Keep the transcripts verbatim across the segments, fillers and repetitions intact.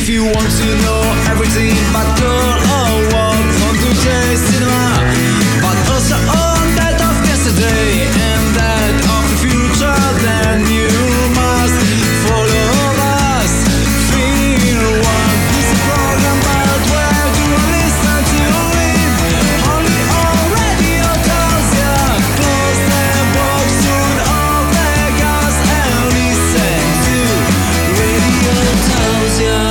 you want to know everything about girl or what from today's cinema, but also on that of yesterday and that of the future, then you must follow us. Feel one, this program, but where do you listen to it? Only on Radio Tausia. Close the box, soon all the gas and listen to Radio Tausia.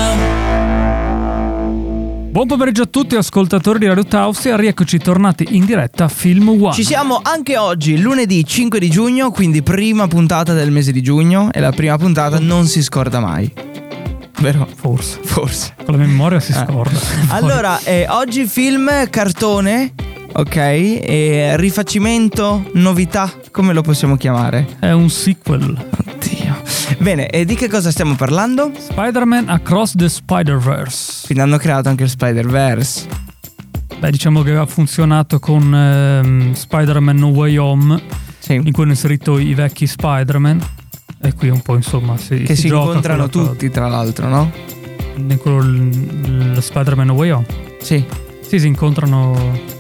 Buon pomeriggio a tutti ascoltatori di Radio Tausia, rieccoci tornati in diretta a Film One. Ci siamo anche oggi, lunedì cinque di giugno, quindi prima puntata del mese di giugno, e la prima puntata non si scorda mai. Vero? Forse. Forse. Con la memoria si scorda. Allora, eh, oggi film cartone, ok? E rifacimento, novità, come lo possiamo chiamare? È un sequel. Oddio. Bene, e di che cosa stiamo parlando? Spider-Man Across the Spider-Verse. Quindi hanno creato anche il Spider-Verse. Beh, diciamo che aveva funzionato con ehm, Spider-Man No Way Home, Sì. in cui hanno inserito i vecchi Spider-Man. E qui un po' insomma si, Che si, si gioca incontrano con la tutti, tra l'altro, no? cosa. In quello l- lo Spider-Man No Way Home. Sì. Sì, si incontrano.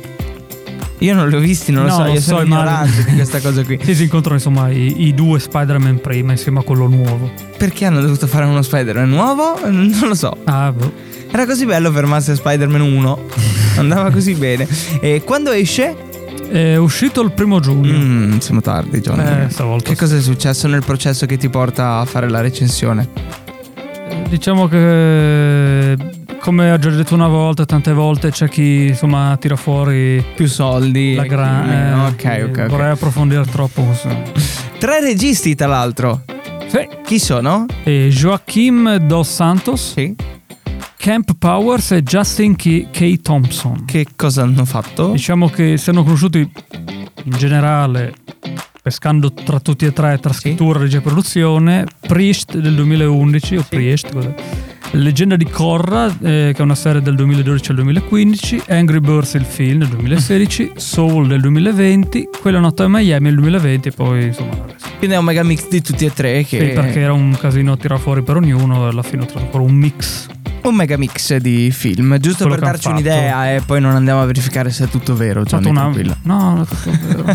Io non li ho visti, non lo No, so, lo io so, sono immagino. ignorante di questa cosa qui. Sì, si incontrano insomma i, i due Spider-Man prima insieme a quello nuovo. Perché hanno dovuto fare uno Spider-Man nuovo? Non lo so. Ah, boh. Era così bello fermarsi a Spider-Man uno. Andava così bene. E quando esce? È uscito il primo giugno. Mm, siamo tardi, John. Eh, stavolta Che sì. cosa è successo nel processo che ti porta a fare la recensione? Diciamo che, come ho già detto una volta, tante volte c'è chi insomma tira fuori Più soldi. la gran. Ok, ok, ok. Vorrei approfondire troppo questo. Tre registi, tra l'altro. Sì. Chi sono? E Joaquim Dos Santos, Sì. Camp Powers e Justin K. K. Thompson. Che cosa hanno fatto? Diciamo che siano conosciuti in generale, pescando tra tutti e tre, tra scrittura, regia e produzione, Priest del duemilaundici, o Priest, cos'è? Leggenda di Korra, eh, che è una serie del duemiladodici al duemilaquindici, Angry Birds il film del duemilasedici, Soul del duemilaventi, Quella notte a Miami del duemilaventi e poi insomma il resto. Quindi è un mega mix di tutti e tre. Che... Sì, perché era un casino a tirare fuori per ognuno e alla fine ho trovato fuori un mix. Un mega mix di film, giusto Quello per che darci han fatto. un'idea, e poi non andiamo a verificare se è tutto vero, Johnny, Fatto una... tranquillo. No, non è tutto vero.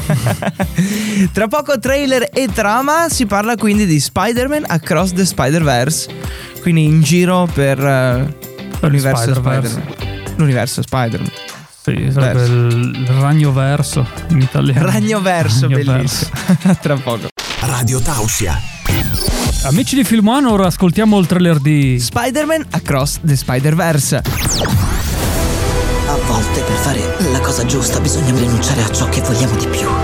Tra poco trailer e trama. Si parla quindi di Spider-Man Across the Spider-Verse, quindi in giro per, uh, Per l'universo Spider-Verse. Spider-Man. L'universo Spider-Man. Sì, sarebbe Verso. il, il ragno verso in italiano. Ragno verso, Ragno bellissimo. Tra poco. Radio Tausia. Amici di Film One, ora ascoltiamo il trailer di Spider-Man Across the Spider-Verse. A volte per fare la cosa giusta bisogna rinunciare a ciò che vogliamo di più.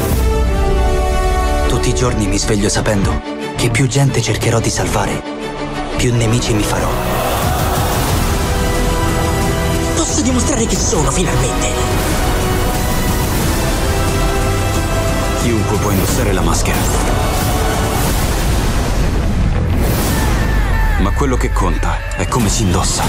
Tutti i giorni mi sveglio sapendo che più gente cercherò di salvare, più nemici mi farò. Posso dimostrare chi sono finalmente. Chiunque può indossare la maschera. Ma quello che conta è come si indossa.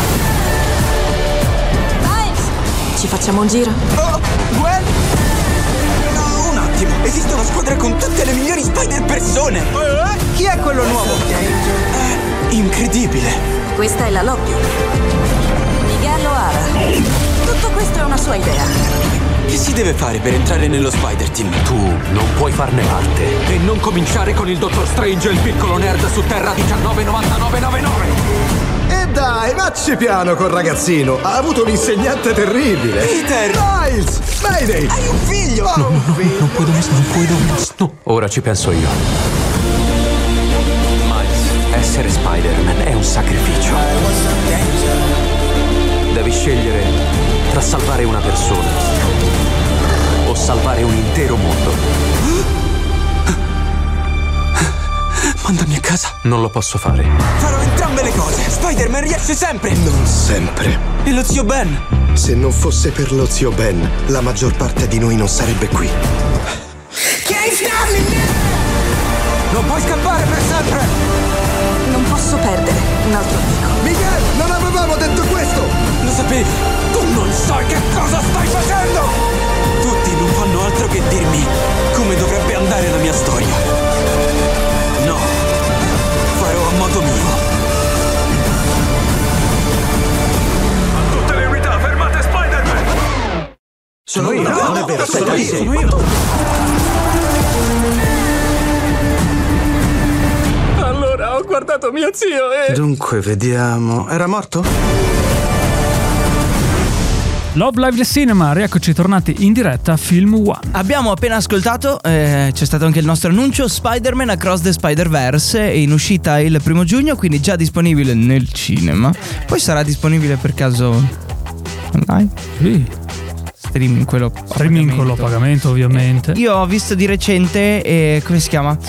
Ci facciamo un giro? Oh, Gwen! No, un attimo. Esiste una squadra con tutte le migliori spider persone. Eh? Chi è quello nuovo? È incredibile. Questa è la lobby. Miguel O'Hara. Tutto questo è una sua idea. Che si deve fare per entrare nello Spider Team? Tu non puoi farne parte. E non cominciare con il Dottor Strange e il piccolo nerd su Terra diciannove novantanove novantanove. E dai, vacci piano col ragazzino. Ha avuto un insegnante terribile. Peter! Miles! Mayday! Hai un figlio! Oh, un figlio. Non puoi dove non puoi dove no. Ora ci penso io. Miles, essere Spider-Man è un sacrificio. Devi scegliere tra salvare una persona o salvare un intero mondo. Mandami a casa. Non lo posso fare. Farò entrambe le cose. Spider-Man riesce sempre. Non sempre. E lo zio Ben? Se non fosse per lo zio Ben, la maggior parte di noi non sarebbe qui. Non puoi scappare per sempre. Non posso perdere un altro amico. Miguel, non avevamo detto questo! Lo sapevi. Tu non sai che cosa stai facendo. Tutti non fanno altro che dirmi come dovrebbe andare la mia storia. No, farò a modo mio. Sono io, non è vero, aspetta, io, sono io. Allora ho guardato mio zio e... Dunque, vediamo. Era morto? Love Live The Cinema, rieccoci tornati in diretta a Film One. Abbiamo appena ascoltato, eh, c'è stato anche il nostro annuncio, Spider-Man Across the Spider-Verse, è in uscita il primo giugno, quindi già disponibile nel cinema. Poi sarà disponibile per caso online? Sì. Streaming, quello Streaming, quello a pagamento ovviamente. Io ho visto di recente, eh, come si chiama?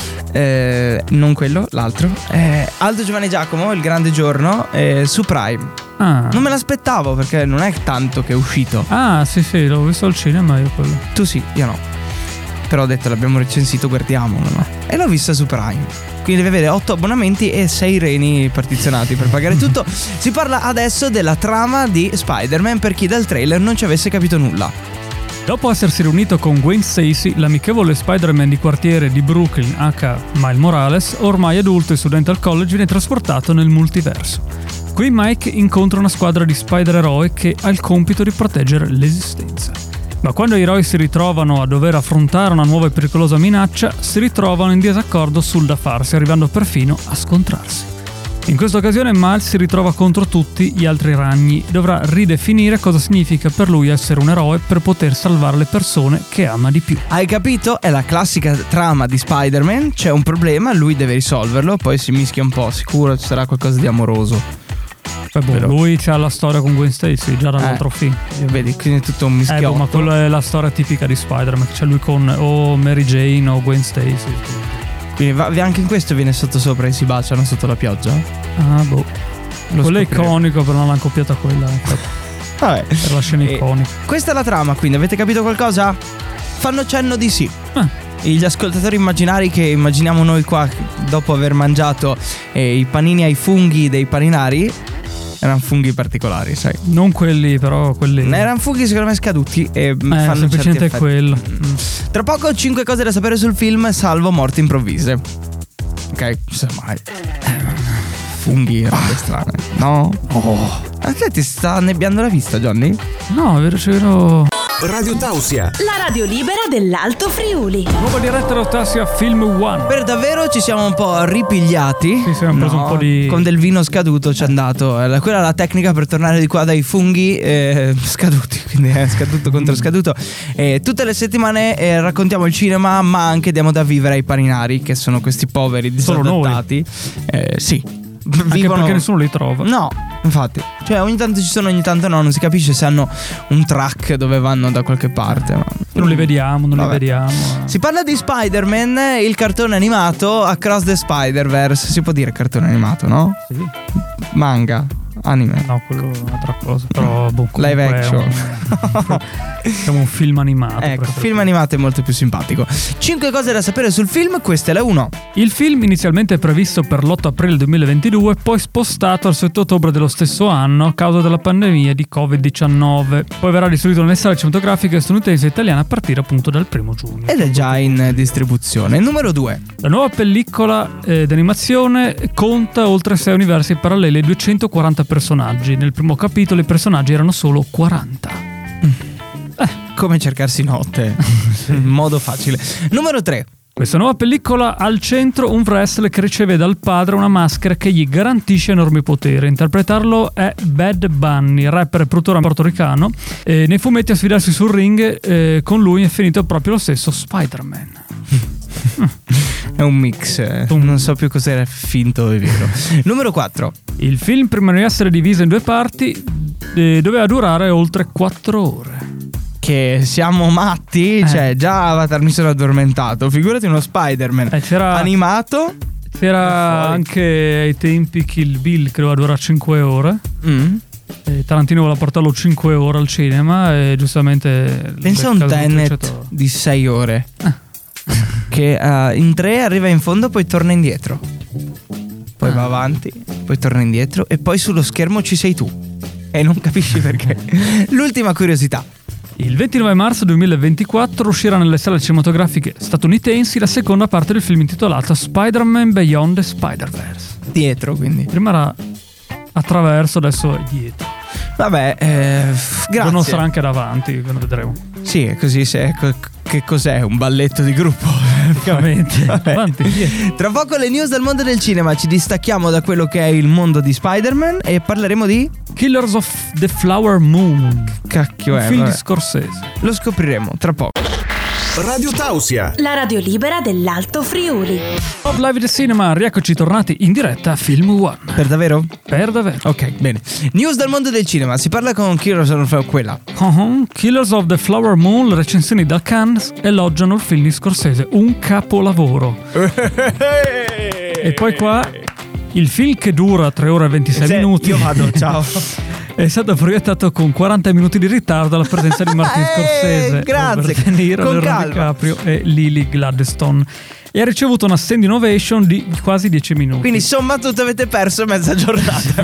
Eh, non quello, l'altro. Eh, Aldo Giovanni Giacomo, Il Grande Giorno, eh, su Prime. Ah. Non me l'aspettavo perché non è tanto che è uscito. Ah, sì, sì, l'ho visto al cinema io quello. Tu sì, io no. Però ho detto, l'abbiamo recensito, guardiamolo, no? E l'ho vista su Prime. Quindi deve avere otto abbonamenti e sei reni partizionati per pagare tutto. Si parla adesso della trama di Spider-Man per chi dal trailer non ci avesse capito nulla. Dopo essersi riunito con Gwen Stacy, l'amichevole Spider-Man di quartiere di Brooklyn, aka Miles Morales, ormai adulto e studente al college, viene trasportato nel multiverso. Qui Mike incontra una squadra di spider-eroi che ha il compito di proteggere l'esistenza. Ma quando gli eroi si ritrovano a dover affrontare una nuova e pericolosa minaccia, si ritrovano in disaccordo sul da farsi, arrivando perfino a scontrarsi. In questa occasione Miles si ritrova contro tutti gli altri ragni, dovrà ridefinire cosa significa per lui essere un eroe per poter salvare le persone che ama di più. Hai capito? È la classica trama di Spider-Man, c'è un problema, lui deve risolverlo, poi si mischia un po', sicuro ci sarà qualcosa di amoroso. Beh, boh, lui c'ha la storia con Gwen Stacy già dall'altro eh, film. Vedi, quindi è tutto un mischiotto. Eh, boh, ma quella è la storia tipica di Spider-Man, c'è lui con o Mary Jane o Gwen Stacy. Quindi va, anche in questo viene sotto sopra e si baciano sotto la pioggia? Ah, boh. Lo quello è scopriremo. iconico, però non l'hanno copiata quella. Vabbè. Per la scena E iconica. Questa è la trama, quindi avete capito qualcosa? Fanno cenno di sì. Ah. Gli ascoltatori immaginari che immaginiamo noi qua dopo aver mangiato eh, i panini ai funghi dei paninari erano funghi particolari, sai. Non quelli, però quelli. Erano funghi secondo me scaduti e eh, fanno semplicemente certi quello. Mm. Tra poco cinque cose da sapere sul film, salvo morti improvvise. Ok, ci sa mai. Funghi, robe strane. No? Oh. A te ti sta annebbiando la vista, Johnny? No, è vero, c'ero. Radio Tausia, La radio libera dell'Alto Friuli. Nuova diretta da Tausia Film One. Per davvero ci siamo un po' ripigliati. Sì, sì, abbiamo preso un po' di- Con del vino scaduto ci è andato. Eh, Quella è la tecnica per tornare di qua dai funghi eh, scaduti. Quindi è scaduto contro scaduto. E tutte le settimane eh, raccontiamo il cinema, ma anche diamo da vivere ai paninari, che sono questi poveri Solo noi? disadattati. Eh, sì. Anche Vivono... perché nessuno li trova. No, infatti. Cioè ogni tanto ci sono, ogni tanto no. Non si capisce se hanno un track dove vanno da qualche parte, ma... Non li vediamo, non Vabbè. li vediamo. Si parla di Spider-Man, il cartone animato Across the Spider-Verse. Si può dire cartone animato, no? Sì. Manga, anime. No, quello è un'altra cosa. Però, boh, comunque Live è action. un- Siamo un film animato. Ecco, per- film animato è molto più simpatico. Cinque cose da sapere sul film, questa è la uno. Il film inizialmente previsto per l'otto aprile duemilaventidue, poi spostato al sette ottobre dello stesso anno a causa della pandemia di covid diciannove. Poi verrà distribuito nelle sale cinematografiche statunitensi e italiane a partire appunto dal primo giugno. Ed è già in distribuzione. Numero due. La nuova pellicola eh, d'animazione conta oltre sei universi paralleli e duecentoquaranta personaggi. Nel primo capitolo i personaggi erano solo quaranta. Come cercarsi notte. In modo facile. Numero tre. Questa nuova pellicola ha al centro un wrestler che riceve dal padre una maschera che gli garantisce enormi poteri. Interpretarlo è Bad Bunny, rapper e produttore portoricano. E nei fumetti a sfidarsi sul ring eh, con lui è finito proprio lo stesso Spider-Man. È un mix. eh. Non so più cos'era finto e vero. Numero quattro. Il film, prima di essere diviso in due parti, eh, doveva durare oltre quattro ore. Che siamo matti. Eh. Cioè, già Avatar mi sono addormentato. Figurati uno Spider-Man Eh, c'era, animato. c'era fuori. anche ai tempi Kill Bill che doveva durare cinque ore. Mm. E Tarantino voleva portarlo cinque ore al cinema e giustamente... Pensa a un Tenet di sei ore. Che uh, in tre arriva in fondo, poi torna indietro. Poi va avanti, poi torna indietro e poi sullo schermo ci sei tu. E non capisci perché. L'ultima curiosità. Il ventinove marzo duemilaventiquattro uscirà nelle sale cinematografiche statunitensi la seconda parte del film intitolato Spider-Man Beyond the Spider-Verse. Dietro, quindi. Prima era attraverso, adesso è dietro. Vabbè, eh, Poi non grazie. sarà anche davanti, lo vedremo. Sì, è così. Se, che cos'è? Un balletto di gruppo? Praticamente. Avanti. Tra poco le news dal mondo del cinema. Ci distacchiamo da quello che è il mondo di Spider-Man e parleremo di Killers of the Flower Moon. Cacchio un è, film vabbè. di Scorsese. Lo scopriremo tra poco. Radio Tausia, La radio libera dell'Alto Friuli. Top Live del Cinema, rieccoci tornati in diretta a Film One. Per davvero? Per davvero. Ok, bene. News dal mondo del cinema. Si parla con Killers of quella. Uh-huh. Killers of the Flower Moon, le recensioni da Cannes elogiano il film di Scorsese, un capolavoro. E poi qua il film che dura tre ore e ventisei Se, minuti. Io vado, ciao. È stato proiettato con quaranta minuti di ritardo alla presenza di Martin Scorsese, eh, grazie, Robert De Niro, con Leonardo calma. DiCaprio e Lily Gladstone. E ha ricevuto una standing ovation di quasi dieci minuti. Quindi somma tutto avete perso mezza giornata.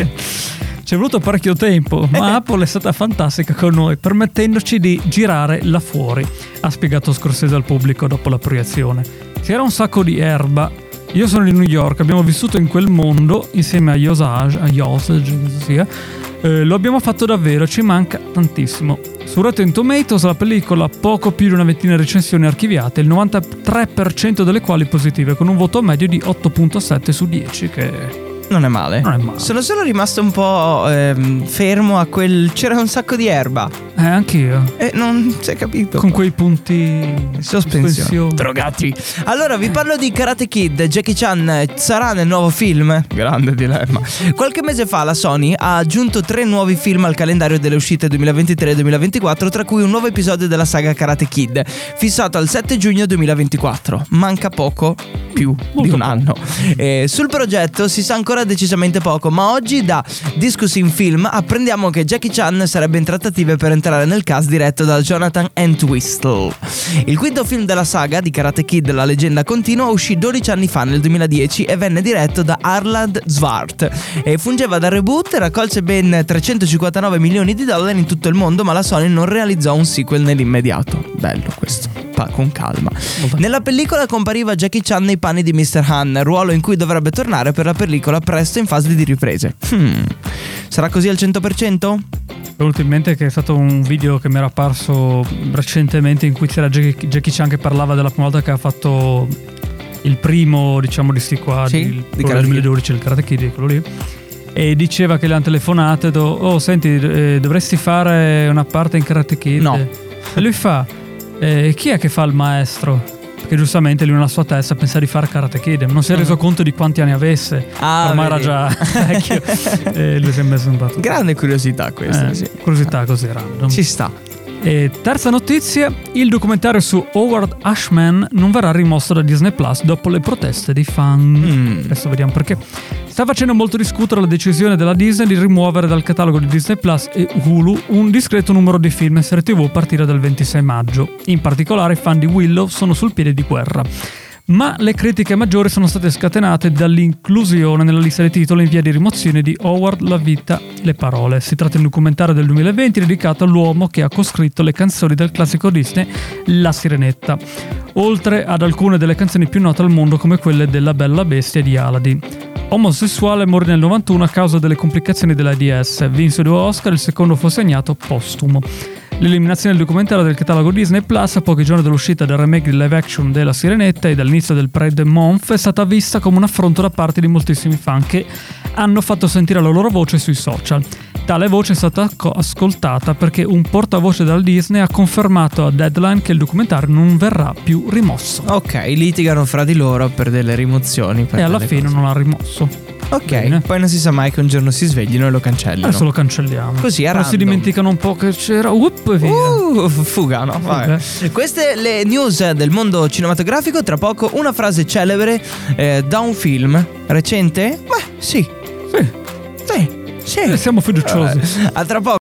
Ci è voluto parecchio tempo, ma Apple è stata fantastica con noi, permettendoci di girare là fuori, ha spiegato Scorsese al pubblico dopo la proiezione. C'era un sacco di erba. Io sono di New York, abbiamo vissuto in quel mondo insieme a Osage, a Osage, sia. Eh, lo abbiamo fatto davvero, ci manca tantissimo. Su Rotten Tomatoes la pellicola ha poco più di una ventina di recensioni archiviate, il novantatré per cento delle quali positive, con un voto medio di otto virgola sette su dieci, che Non è male. non è male. Sono solo rimasto un po' ehm, fermo a quel. C'era un sacco di erba. Eh, anch'io. E non si è capito. Con quei punti Sospensione. Drogati. Allora vi parlo di Karate Kid. Jackie Chan sarà nel nuovo film? Grande dilemma. Qualche mese fa la Sony ha aggiunto tre nuovi film al calendario delle uscite duemilaventitré duemilaventiquattro, tra cui un nuovo episodio della saga Karate Kid, fissato al sette giugno duemilaventiquattro. Manca poco più Molto di un poco. anno. E sul progetto si sa ancora decisamente poco, ma oggi da Discussing Film apprendiamo che Jackie Chan sarebbe in trattative per entrare nel cast diretto da Jonathan Entwistle. Il quinto film della saga di Karate Kid, La leggenda continua, uscì dodici anni fa nel duemiladieci e venne diretto da Arlad Zwart e fungeva da reboot e raccolse ben trecentocinquantanove milioni di dollari in tutto il mondo, ma la Sony non realizzò un sequel nell'immediato. Bello questo, pa- con calma. Nella pellicola compariva Jackie Chan nei panni di mister Han, ruolo in cui dovrebbe tornare per la pellicola presto in fase di riprese. Hmm. Sarà così al cento per cento? Ho venuto in mente che è stato un video che mi era apparso recentemente in cui c'era Jackie, Jackie Chan che parlava della prima volta che ha fatto il primo, diciamo, di sti qua, Sì, il, di quello Karate del duemiladodici, il Karate Kid, quello lì. E diceva che le hanno telefonate, do, oh senti, eh, dovresti fare una parte in Karate Kid. No. E lui fa, eh, chi è che fa il maestro? Perché giustamente lui nella sua testa pensa di fare Karate Kid, non si è reso conto di quanti anni avesse. Ah, ormai era vedi. già vecchio. E lui si è messo un po'. Grande curiosità questa, Eh, sì. Curiosità così random. Ci sta. E terza notizia, il documentario su Howard Ashman non verrà rimosso da Disney Plus dopo le proteste dei fan. Mm. Adesso vediamo perché. Sta facendo molto discutere la decisione della Disney di rimuovere dal catalogo di Disney Plus e Hulu un discreto numero di film e serie tivù a partire dal ventisei maggio. In particolare i fan di Willow sono sul piede di guerra. Ma le critiche maggiori sono state scatenate dall'inclusione nella lista dei titoli in via di rimozione di Howard, la vita, le parole. Si tratta di un documentario del duemilaventi dedicato all'uomo che ha coscritto le canzoni del classico Disney La Sirenetta, oltre ad alcune delle canzoni più note al mondo come quelle della Bella Bestia di Aladdin. Omosessuale, morì nel novantuno a causa delle complicazioni dell'AIDS, vinse due Oscar, il secondo fu assegnato postumo. L'eliminazione del documentario del catalogo Disney Plus a pochi giorni dall'uscita del remake di live action della Sirenetta e dall'inizio del Pride Month è stata vista come un affronto da parte di moltissimi fan che hanno fatto sentire la loro voce sui social. Tale voce è stata co- ascoltata perché un portavoce della Disney ha confermato a Deadline che il documentario non verrà più rimosso. Ok, litigano fra di loro per delle rimozioni. Per E alla delle fine cose. non l'ha rimosso. Ok, Bene. poi non si sa mai che un giorno si sveglino e lo cancellino. Adesso lo cancelliamo. Così a Però si random. dimenticano un po' che c'era. Up, e via. Uh, fuga, no? Vabbè. Queste le news del mondo cinematografico. Tra poco una frase celebre eh, da un film recente. Beh, sì. Sì. Sì. Sì. Eh, siamo fiduciosi. Vabbè. A tra poco.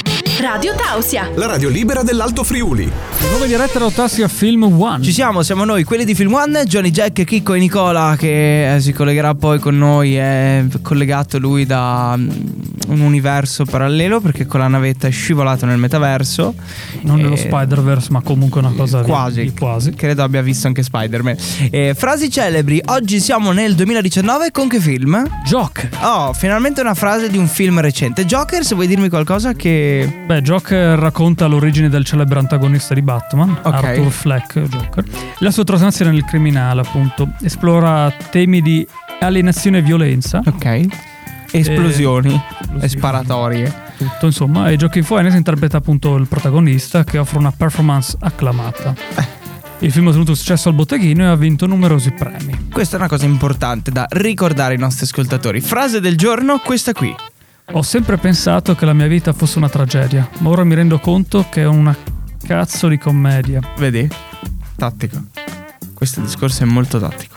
Radio Tausia. La radio libera dell'Alto Friuli. Nuova diretta rotassi a Film One. Ci siamo, siamo noi, quelli di Film One, Johnny Jack, Chicco e Nicola che eh, si collegherà poi con noi, è collegato lui da, un universo parallelo, perché con la navetta è scivolato nel metaverso. Non e... nello Spider-Verse, ma comunque una cosa quasi, di, di quasi. Credo abbia visto anche Spider-Man. E frasi celebri. Oggi siamo nel duemiladiciannove con che film? Joker. Oh, finalmente una frase di un film recente. Joker, se vuoi dirmi qualcosa che... Beh, Joker racconta l'origine del celebre antagonista di Batman, okay. Arthur Fleck, Joker. La sua trasformazione nel criminale, appunto. Esplora temi di alienazione e violenza. Ok. Esplosioni e, e sparatorie. Tutto, insomma. E Joaquin Phoenix interpreta appunto il protagonista, che offre una performance acclamata. Eh. Il film ha ottenuto successo al botteghino e ha vinto numerosi premi. Questa è una cosa importante da ricordare ai nostri ascoltatori. Frase del giorno, questa qui. Ho sempre pensato che la mia vita fosse una tragedia, ma ora mi rendo conto che è una cazzo di commedia. Vedi? Tattico. Questo discorso è molto tattico.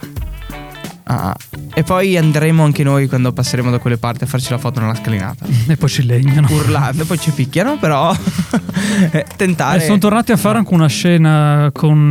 Ah, e poi andremo anche noi, quando passeremo da quelle parti, a farci la foto nella scalinata. E poi ci legnano. Urlando, poi ci picchiano, però tentare. E sono tornati a fare anche una scena con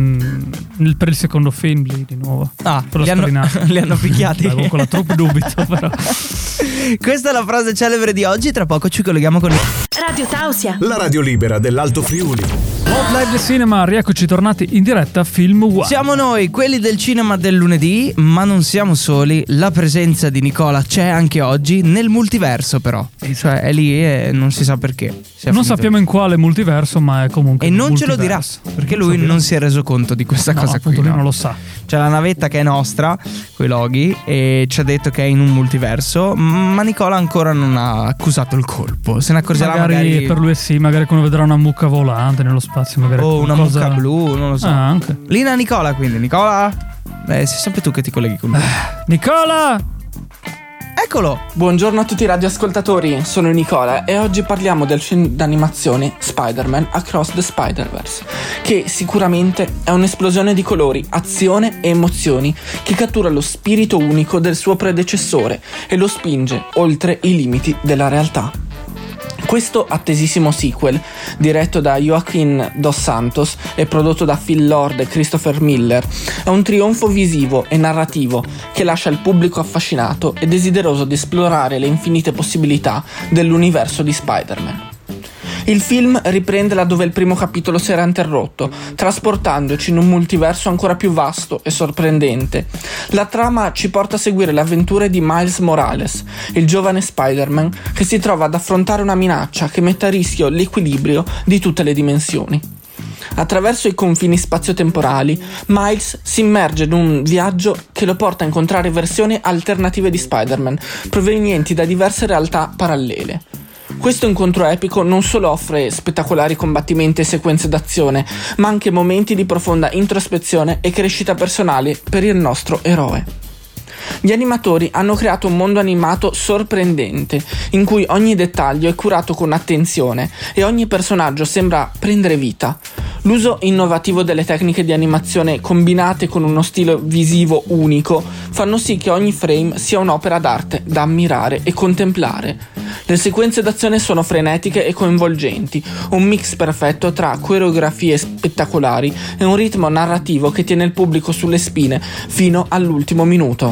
ehm, per il secondo film lì di nuovo. Ah, li hanno, li hanno picchiati. Beh, con la troppo dubito, però. Questa è la frase celebre di oggi. Tra poco ci colleghiamo con Radio Tausia, la radio libera dell'Alto Friuli. World Live del Cinema, rieccoci tornati in diretta Film One. Siamo noi, quelli del cinema del lunedì, ma non siamo soli. La presenza di Nicola c'è anche oggi nel multiverso, però. Cioè è lì e non si sa perché. Non sappiamo in quale multiverso, ma è comunque e non multiverso. Ce lo dirà, perché lui non, non si è reso conto di questa no, cosa qui. Lui no? non lo sa. C'è la navetta che è nostra, coi loghi, e ci ha detto che è in un multiverso, ma Nicola ancora non ha accusato il colpo. Se ne accorgerà magari, magari per lui sì, magari quando vedrà una mucca volante nello spazio, magari o una cosa... mucca blu, non lo so. Ah, anche. Lina Nicola, quindi Nicola, beh, sei sempre tu che ti colleghi con lui. Nicola! Eccolo! Buongiorno a tutti i radioascoltatori, sono Nicola e oggi parliamo del film d'animazione Spider-Man Across the Spider-Verse, che sicuramente è un'esplosione di colori, azione e emozioni che cattura lo spirito unico del suo predecessore e lo spinge oltre i limiti della realtà. Questo attesissimo sequel, diretto da Joaquin Dos Santos e prodotto da Phil Lord e Christopher Miller, è un trionfo visivo e narrativo che lascia il pubblico affascinato e desideroso di esplorare le infinite possibilità dell'universo di Spider-Man. Il film riprende laddove il primo capitolo si era interrotto, trasportandoci in un multiverso ancora più vasto e sorprendente. La trama ci porta a seguire le avventure di Miles Morales, il giovane Spider-Man che si trova ad affrontare una minaccia che mette a rischio l'equilibrio di tutte le dimensioni. Attraverso i confini spazio-temporali, Miles si immerge in un viaggio che lo porta a incontrare versioni alternative di Spider-Man, provenienti da diverse realtà parallele. Questo incontro epico non solo offre spettacolari combattimenti e sequenze d'azione, ma anche momenti di profonda introspezione e crescita personale per il nostro eroe. Gli animatori hanno creato un mondo animato sorprendente, in cui ogni dettaglio è curato con attenzione e ogni personaggio sembra prendere vita. L'uso innovativo delle tecniche di animazione combinate con uno stile visivo unico fanno sì che ogni frame sia un'opera d'arte da ammirare e contemplare. Le sequenze d'azione sono frenetiche e coinvolgenti, un mix perfetto tra coreografie spettacolari e un ritmo narrativo che tiene il pubblico sulle spine fino all'ultimo minuto.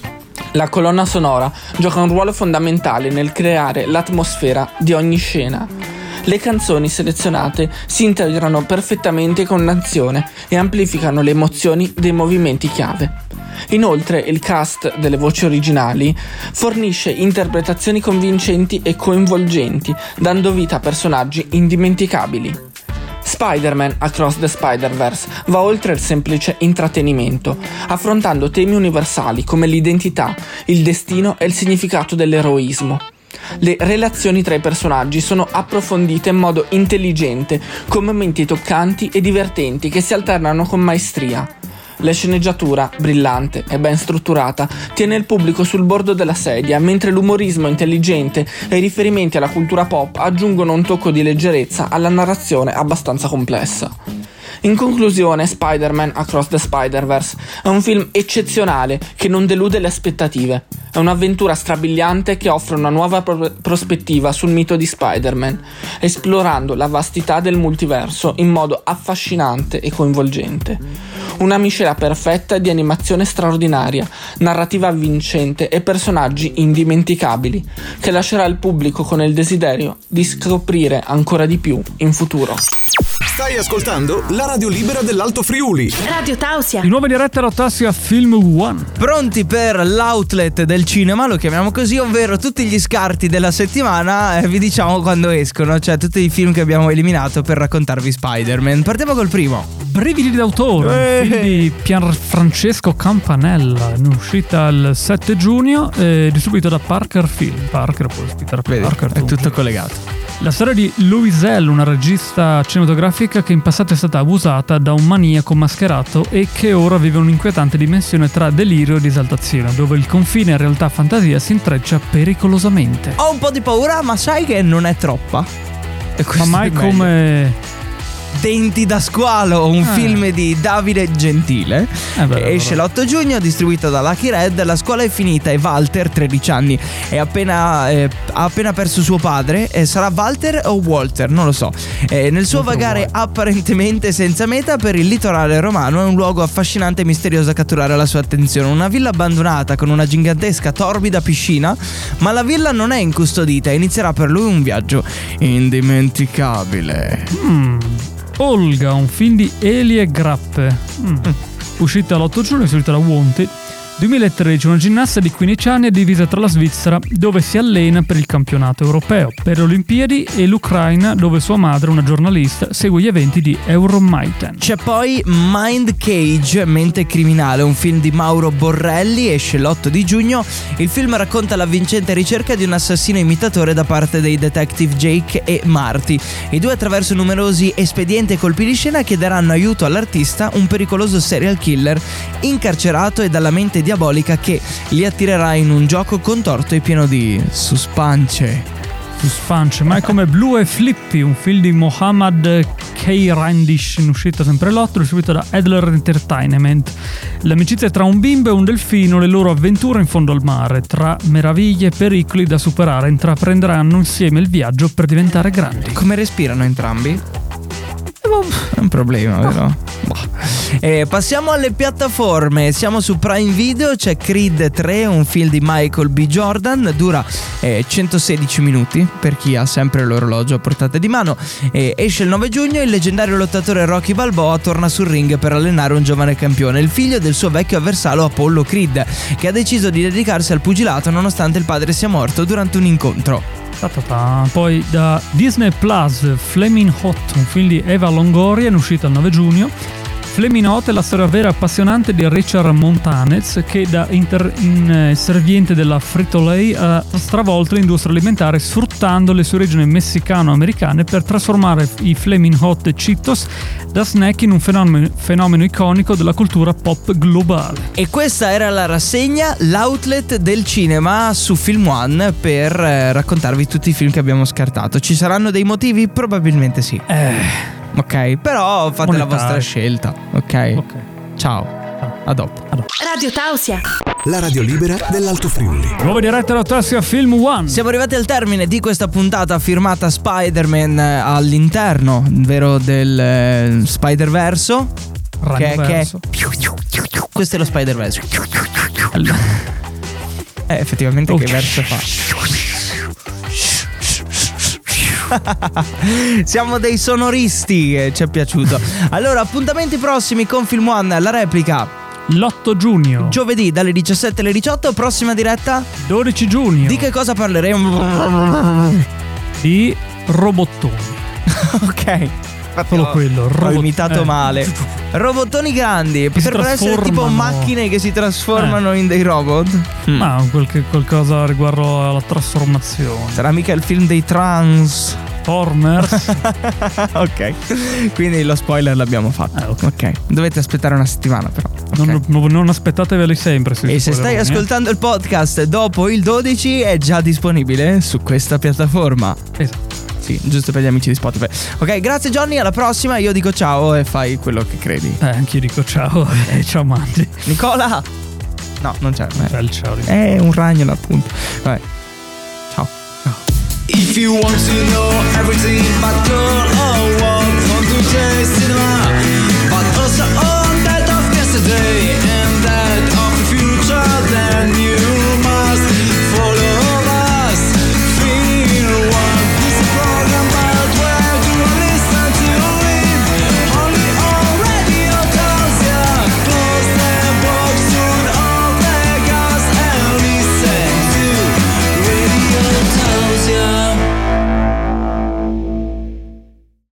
La colonna sonora gioca un ruolo fondamentale nel creare l'atmosfera di ogni scena. Le canzoni selezionate si integrano perfettamente con l'azione e amplificano le emozioni dei movimenti chiave. Inoltre il cast delle voci originali fornisce interpretazioni convincenti e coinvolgenti, dando vita a personaggi indimenticabili. Spider-Man Across the Spider-Verse va oltre il semplice intrattenimento, affrontando temi universali come l'identità, il destino e il significato dell'eroismo. Le relazioni tra i personaggi sono approfondite in modo intelligente, con momenti toccanti e divertenti che si alternano con maestria. La sceneggiatura, brillante e ben strutturata, tiene il pubblico sul bordo della sedia, mentre l'umorismo intelligente e i riferimenti alla cultura pop aggiungono un tocco di leggerezza alla narrazione abbastanza complessa. In conclusione, Spider-Man Across the Spider-Verse è un film eccezionale che non delude le aspettative. È un'avventura strabiliante che offre una nuova pro- prospettiva sul mito di Spider-Man, esplorando la vastità del multiverso in modo affascinante e coinvolgente. Una miscela perfetta di animazione straordinaria, narrativa avvincente e personaggi indimenticabili, che lascerà il pubblico con il desiderio di scoprire ancora di più in futuro. Stai ascoltando la radio libera dell'Alto Friuli. Radio Tausia. Di nuovo in diretta alla Tausia Film One. Pronti per l'outlet del cinema, lo chiamiamo così, ovvero tutti gli scarti della settimana, eh, vi diciamo quando escono, cioè tutti i film che abbiamo eliminato per raccontarvi Spider-Man. Partiamo col primo. Brividi d'autore, un film di Pierfrancesco Campanella, in uscita il sette giugno, eh, distribuito da Parker Film. Parker, poi Peter Parker. È tutto collegato. La storia di Louiselle, una regista cinematografica che in passato è stata abusata da un maniaco mascherato e che ora vive un'inquietante dimensione tra delirio ed esaltazione, dove il confine in realtà fantasia si intreccia pericolosamente. Ho un po' di paura, ma sai che non è troppa. E Ma mai come... Denti da squalo, un eh. film di Davide Gentile. eh beh, Esce l'otto giugno, distribuito da Lucky Red. La scuola è finita e Walter, tredici anni, è appena, eh, ha appena perso suo padre. eh, Sarà Walter o Walter? Non lo so. eh, Nel suo vagare apparentemente senza meta per il litorale romano, è un luogo affascinante e misterioso a catturare la sua attenzione. Una villa abbandonata con una gigantesca torbida piscina, ma la villa non è incustodita e inizierà per lui un viaggio indimenticabile. Mm. Olga, un film di Elie Grappe, mm. uscita l'otto giugno, distribuita da Wanted. duemilatredici, una ginnasta di quindici anni è divisa tra la Svizzera, dove si allena per il campionato europeo, per le Olimpiadi, e l'Ucraina, dove sua madre, una giornalista, segue gli eventi di Euromaidan. C'è poi Mind Cage, Mente criminale, un film di Mauro Borrelli, esce l'otto di giugno. Il film racconta l'avvincente ricerca di un assassino imitatore da parte dei detective Jake e Marty. I due, attraverso numerosi espedienti e colpi di scena, chiederanno aiuto all'artista, un pericoloso serial killer incarcerato e dalla mente diabolica che li attirerà in un gioco contorto e pieno di suspance. Suspance, ma è come Blue e Flippy, un film di Mohammad Keirandish, in uscita sempre l'otto, distribuito da Adler Entertainment. L'amicizia tra un bimbo e un delfino, le loro avventure in fondo al mare, tra meraviglie e pericoli da superare, intraprenderanno insieme il viaggio per diventare grandi. Come respirano entrambi? È un problema, vero? Eh, passiamo alle piattaforme. Siamo su Prime Video. C'è Creed tre, un film di Michael B. Jordan. Dura eh, centosedici minuti per chi ha sempre l'orologio a portata di mano. eh, Esce il nove giugno. Il leggendario lottatore Rocky Balboa torna sul ring per allenare un giovane campione, il figlio del suo vecchio avversario Apollo Creed, che ha deciso di dedicarsi al pugilato nonostante il padre sia morto durante un incontro. Ta-ta-ta. Poi da Disney Plus, Flaming Hot, un film di Eva Longoria, in uscita il nove giugno. Flaming Hot è la storia vera e appassionante di Richard Montanez, che da inter- in, eh, serviente della Frito-Lay ha stravolto l'industria alimentare sfruttando le sue origini messicano-americane per trasformare i Flaming Hot Cheetos da snack in un fenomeno, fenomeno iconico della cultura pop globale. E questa era la rassegna, l'outlet del cinema su Film One, per eh, raccontarvi tutti i film che abbiamo scartato. Ci saranno dei motivi? Probabilmente sì. Eh... Ok, però fate Monetari. la vostra scelta, ok? Ok. Ciao, a dopo. Radio Tausia. La radio libera dell'Alto Friuli. Nuova diretta alla Tausia Film One. Siamo arrivati al termine di questa puntata firmata Spider-Man eh, all'interno, vero, del eh, Spider-Verso. Che, che questo è lo Spider-Verso. Eh, effettivamente oh. Che verso fa? Siamo dei sonoristi, eh, ci è piaciuto. Allora, appuntamenti prossimi con Film One, la replica l'otto giugno, giovedì dalle diciassette alle diciotto. Prossima diretta dodici giugno. Di che cosa parleremo? Di robottoni. Ok, solo quello. Ho robot- imitato eh. male. Robottoni grandi, Che si potrebbero essere tipo trasformano. macchine che si trasformano in dei robot. Mm. Ma qualche, qualcosa riguardo alla trasformazione. Sarà mica il film dei trans? Transformers. Ok, quindi lo spoiler l'abbiamo fatto. Eh, okay. Ok, dovete aspettare una settimana però. Okay. non, non, non aspettateveli sempre. E se stai ascoltando il podcast dopo il dodici, è già disponibile su questa piattaforma. Esatto. Sì, giusto per gli amici di Spotify. Ok, grazie Johnny, alla prossima. Io dico ciao e fai quello che credi. Eh, anch'io dico ciao e ciao Mandy. Nicola. No, non c'è. C'è il ciao. È un ragno appunto. Vai. Ciao. If you want to know everything about girl or what, come to J Cinema.